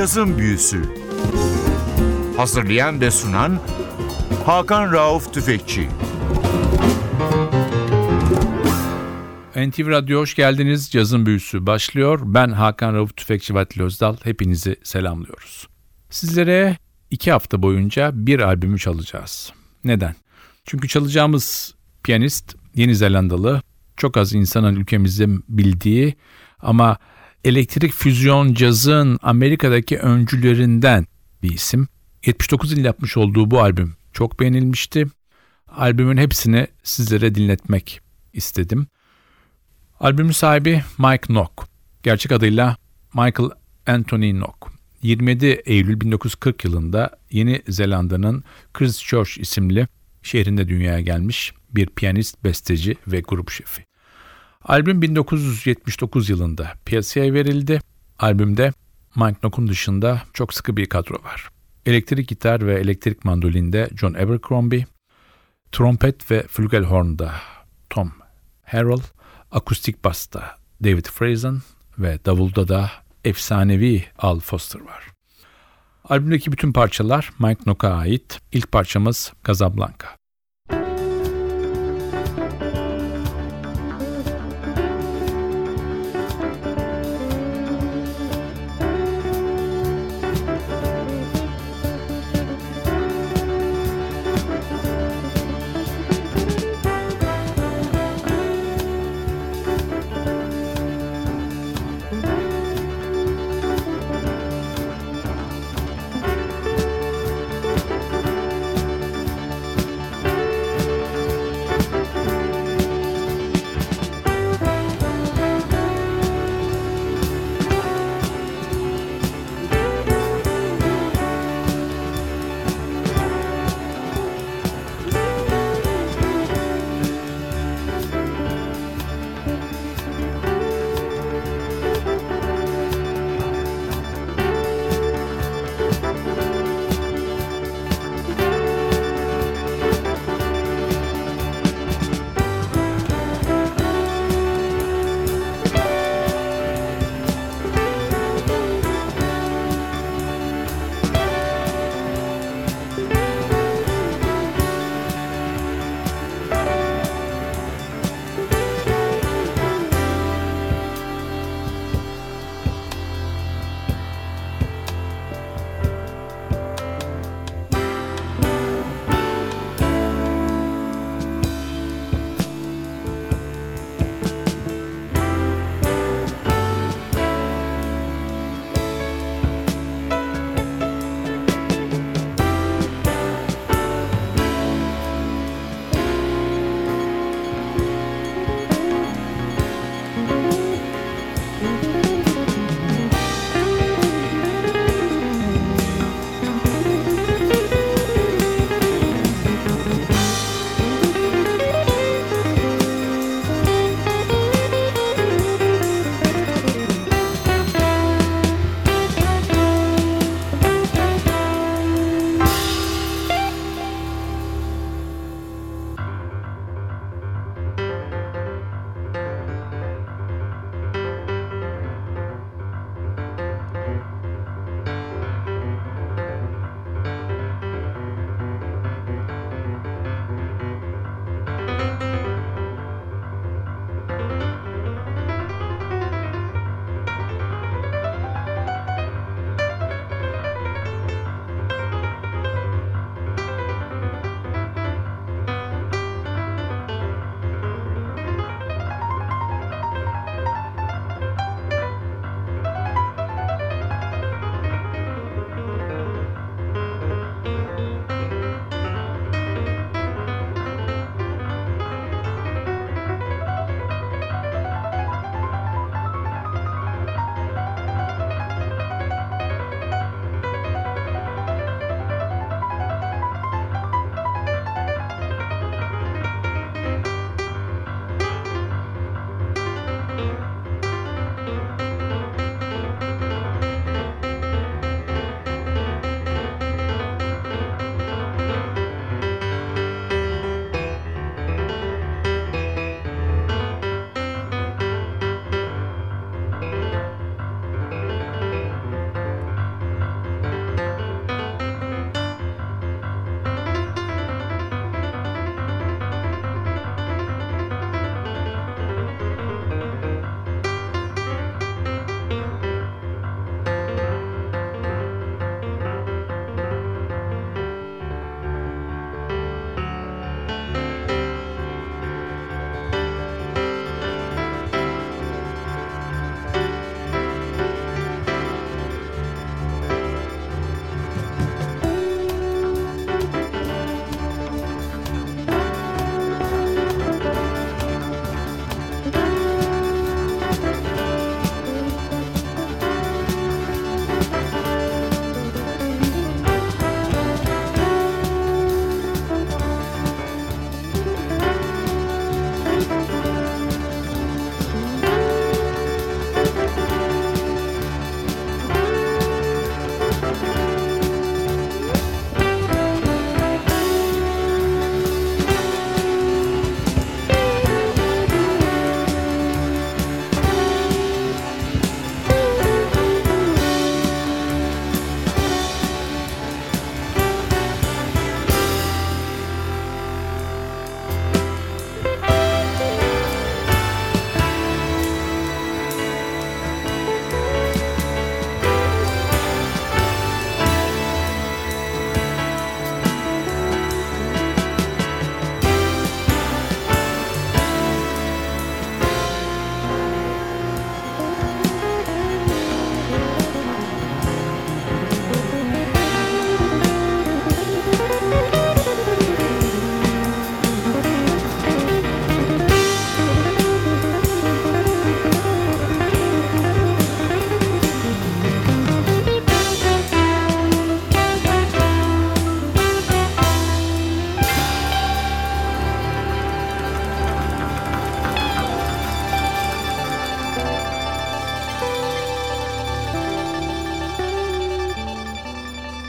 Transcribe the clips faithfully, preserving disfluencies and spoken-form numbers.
Cazın Büyüsü. Hazırlayan ve sunan Hakan Rauf Tüfekçi. N T V Radyo hoş geldiniz. Cazın Büyüsü başlıyor. Ben Hakan Rauf Tüfekçi Vatili Özdal. Hepinizi selamlıyoruz. Sizlere iki hafta boyunca bir albümü çalacağız. Neden? Çünkü çalacağımız piyanist Yeni Zelandalı. Çok az insanın ülkemizde bildiği ama elektrik füzyon cazın Amerika'daki öncülerinden bir isim. yetmiş dokuz yıl yapmış olduğu bu albüm çok beğenilmişti. Albümün hepsini sizlere dinletmek istedim. Albümün sahibi Mike Nock. Gerçek adıyla Michael Anthony Nock. yirmi yedi Eylül bin dokuz yüz kırk yılında Yeni Zelanda'nın Christchurch isimli şehrinde dünyaya gelmiş bir piyanist, besteci ve grup şefi. Albüm bin dokuz yüz yetmiş dokuz yılında piyasaya verildi. Albümde Mike Nock'un dışında çok sıkı bir kadro var. Elektrik gitar ve elektrik mandolinde John Abercrombie, trompet ve flügelhorn'da Tom Harrell, akustik basta David Friesen ve davulda da efsanevi Al Foster var. Albümdeki bütün parçalar Mike Nock'a ait. İlk parçamız Casablanca.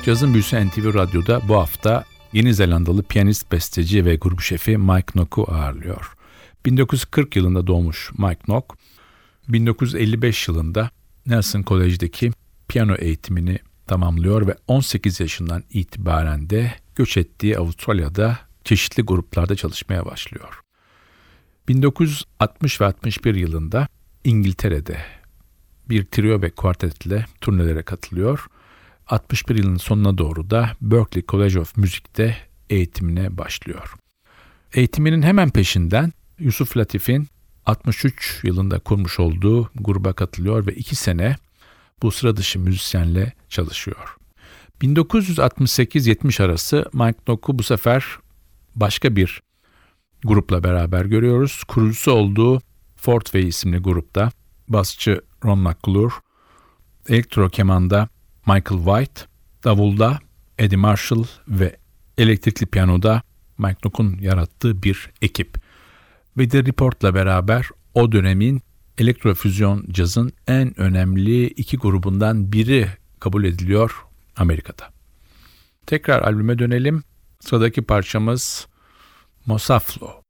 Cazın Büyüsü N T V Radyo'da bu hafta Yeni Zelandalı piyanist, besteci ve grup şefi Mike Nock'u ağırlıyor. bin dokuz yüz kırk yılında doğmuş Mike Nock, bin dokuz yüz elli beş yılında Nelson College'deki piyano eğitimini tamamlıyor ve on sekiz yaşından itibaren de göç ettiği Avustralya'da çeşitli gruplarda çalışmaya başlıyor. bin dokuz yüz altmış ve altmış bir yılında İngiltere'de bir trio ve kuartetle turnelere katılıyor. altmış bir yılın sonuna doğru da Berklee College of Music'te eğitimine başlıyor. Eğitiminin hemen peşinden Yusuf Latif'in altmış üç yılında kurmuş olduğu gruba katılıyor ve iki sene bu sıra dışı müzisyenle çalışıyor. bin dokuz yüz altmış sekiz yetmiş arası Mike Nock'u bu sefer başka bir grupla beraber görüyoruz. Kurucusu olduğu Fort Way isimli grupta basçı Ron McClure, elektro kemanda Michael White, davulda Eddie Marshall ve elektrikli piyanoda Mike Nock'un yarattığı bir ekip. Ve The Report'la beraber o dönemin elektrofüzyon cazın en önemli iki grubundan biri kabul ediliyor Amerika'da. Tekrar albüme dönelim. Sıradaki parçamız Mosaflo.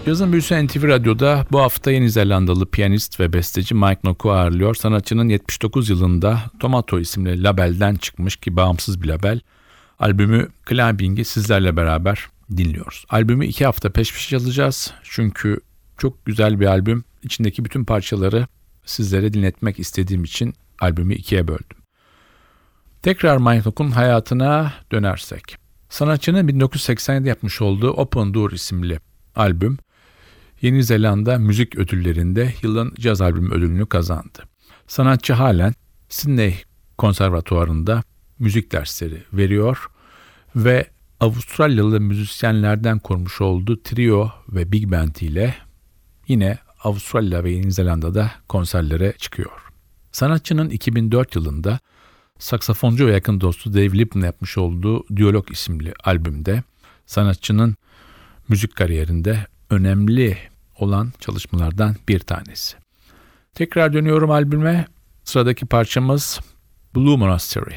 Cazın Büyüsü N T V Radyo'da bu hafta Yeni Zelandalı piyanist ve besteci Mike Nock'u ağırlıyor. Sanatçının yetmiş dokuz yılında Tomato isimli labelden çıkmış ki bağımsız bir label. Albümü Climbing'i sizlerle beraber dinliyoruz. Albümü iki hafta peş peşe çalacağız. Çünkü çok güzel bir albüm. İçindeki bütün parçaları sizlere dinletmek istediğim için albümü ikiye böldüm. Tekrar Mike Nock'un hayatına dönersek. Sanatçının bin dokuz yüz seksen yedi yapmış olduğu Open Door isimli albüm, Yeni Zelanda müzik ödüllerinde yılın caz albümü ödülünü kazandı. Sanatçı halen Sydney Konservatuvarı'nda müzik dersleri veriyor ve Avustralyalı müzisyenlerden kurmuş olduğu trio ve big band ile yine Avustralya ve Yeni Zelanda'da konserlere çıkıyor. Sanatçının iki bin dört yılında saksafoncu ve yakın dostu Dave Lippman'la yapmış olduğu Diyalog isimli albümde sanatçının müzik kariyerinde önemli olan çalışmalardan bir tanesi. Tekrar dönüyorum albüme. Sıradaki parçamız Blue Monastery.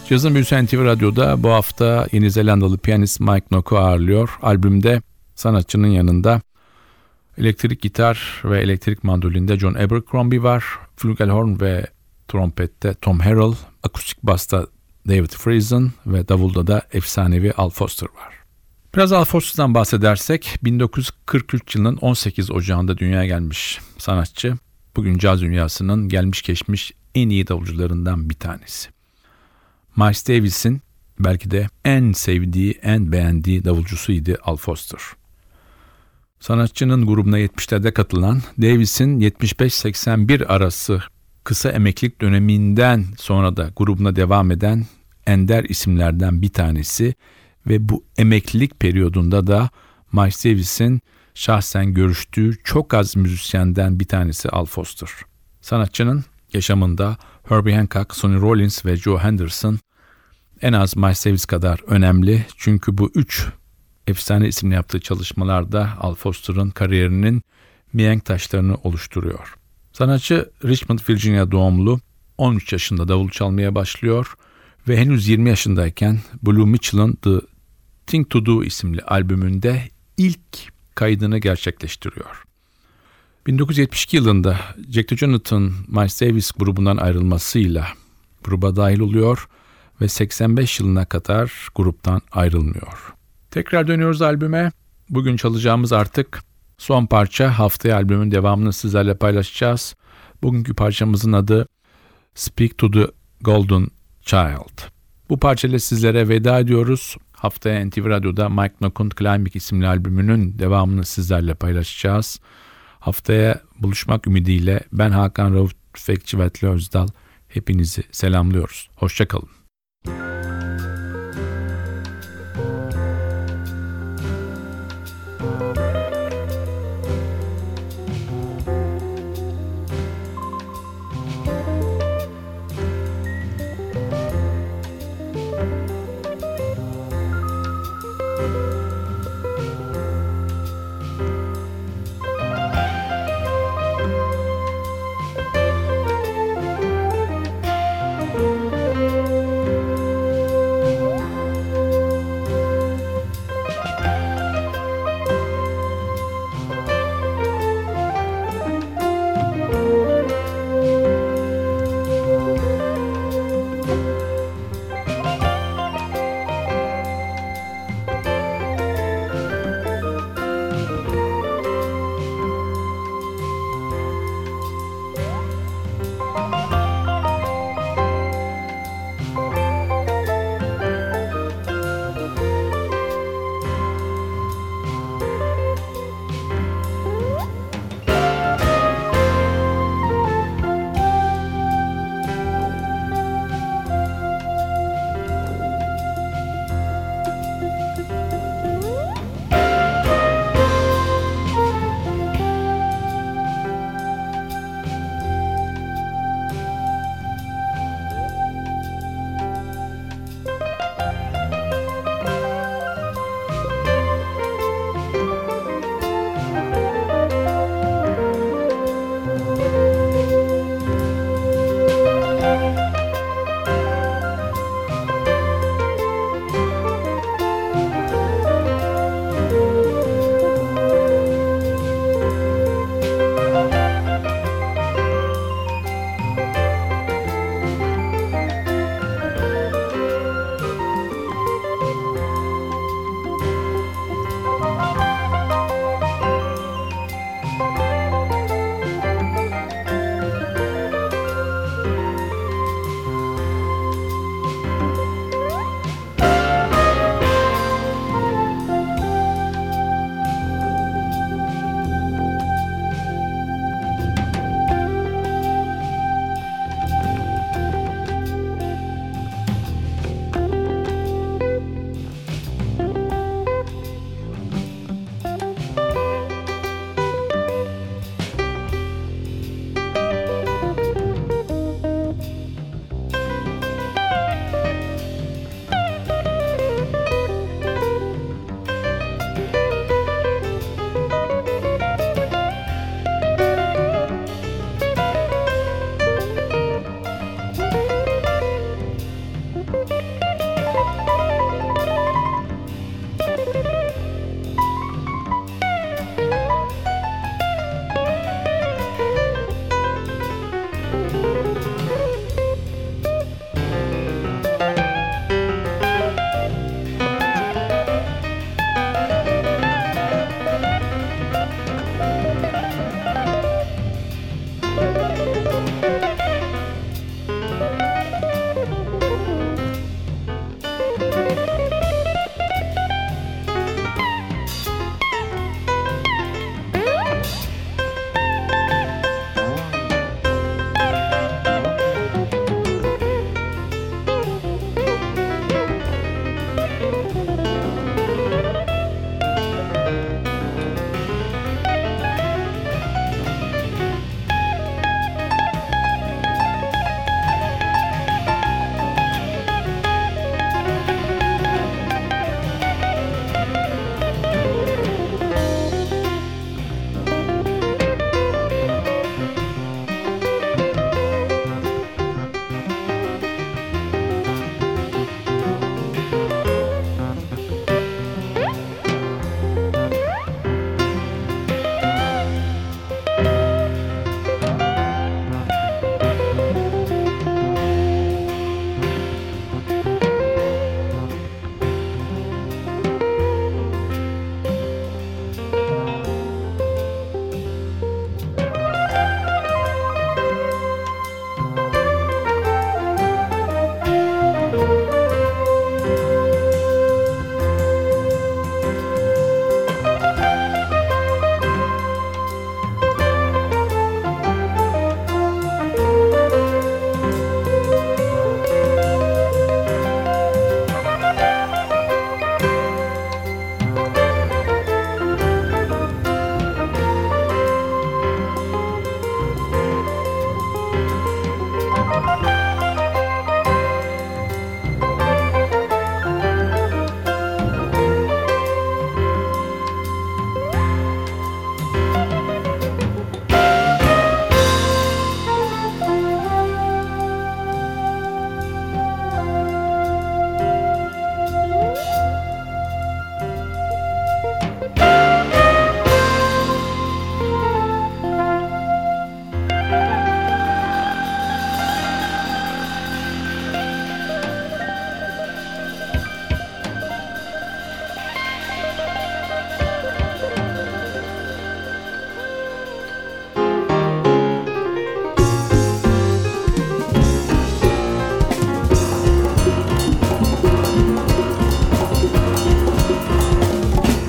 Cazın Büyüsü N T V Radyo'da bu hafta Yeni Zelandalı piyanist Mike Nock'u ağırlıyor. Albümde sanatçının yanında elektrik gitar ve elektrik mandolinde John Abercrombie var. Flügelhorn ve trompette Tom Harrell, akustik basta David Friesen ve davulda da efsanevi Al Foster var. Biraz Al Foster'dan bahsedersek bin dokuz yüz kırk üç yılının on sekiz Ocağı'nda dünyaya gelmiş sanatçı. Bugün caz dünyasının gelmiş geçmiş en iyi davulcularından bir tanesi. Miles Davis'in belki de en sevdiği, en beğendiği davulcusuydu Al Foster. Sanatçının grubuna yetmişlerde katılan, Davis'in yetmiş beş seksen bir arası kısa emeklilik döneminden sonra da grubuna devam eden ender isimlerden bir tanesi ve bu emeklilik periyodunda da Miles Davis'in şahsen görüştüğü çok az müzisyenden bir tanesi Al Foster. Sanatçının yaşamında Herbie Hancock, Sonny Rollins ve Joe Henderson en az Miles Davis kadar önemli. Çünkü bu üç efsane isimle yaptığı çalışmalarda Al Foster'ın kariyerinin mihenk taşlarını oluşturuyor. Sanatçı Richmond, Virginia doğumlu, on üç yaşında davul çalmaya başlıyor ve henüz yirmi yaşındayken Blue Mitchell'ın The Thing to Do isimli albümünde ilk kaydını gerçekleştiriyor. bin dokuz yüz yetmiş iki yılında Jack DeJohnette'ın Miles Davis grubundan ayrılmasıyla gruba dahil oluyor ve seksen beş yılına kadar gruptan ayrılmıyor. Tekrar dönüyoruz albüme. Bugün çalacağımız artık son parça. Haftaya albümün devamını sizlerle paylaşacağız. Bugünkü parçamızın adı Speak to the Golden Child. Bu parçayla sizlere veda ediyoruz. Haftaya N T V Radyo'da Mike Nock'un Climbing isimli albümünün devamını sizlerle paylaşacağız. Haftaya buluşmak ümidiyle ben Hakan Rauf Tüfekçi ve Atli Özdal hepinizi selamlıyoruz. Hoşça kalın.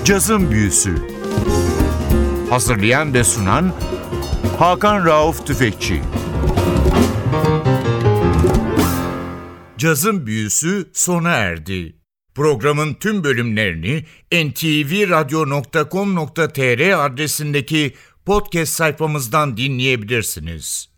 Cazın Büyüsü. Hazırlayan ve sunan Hakan Rauf Tüfekçi. Cazın Büyüsü sona erdi. Programın tüm bölümlerini en ti vi radyo nokta com nokta tr adresindeki podcast sayfamızdan dinleyebilirsiniz.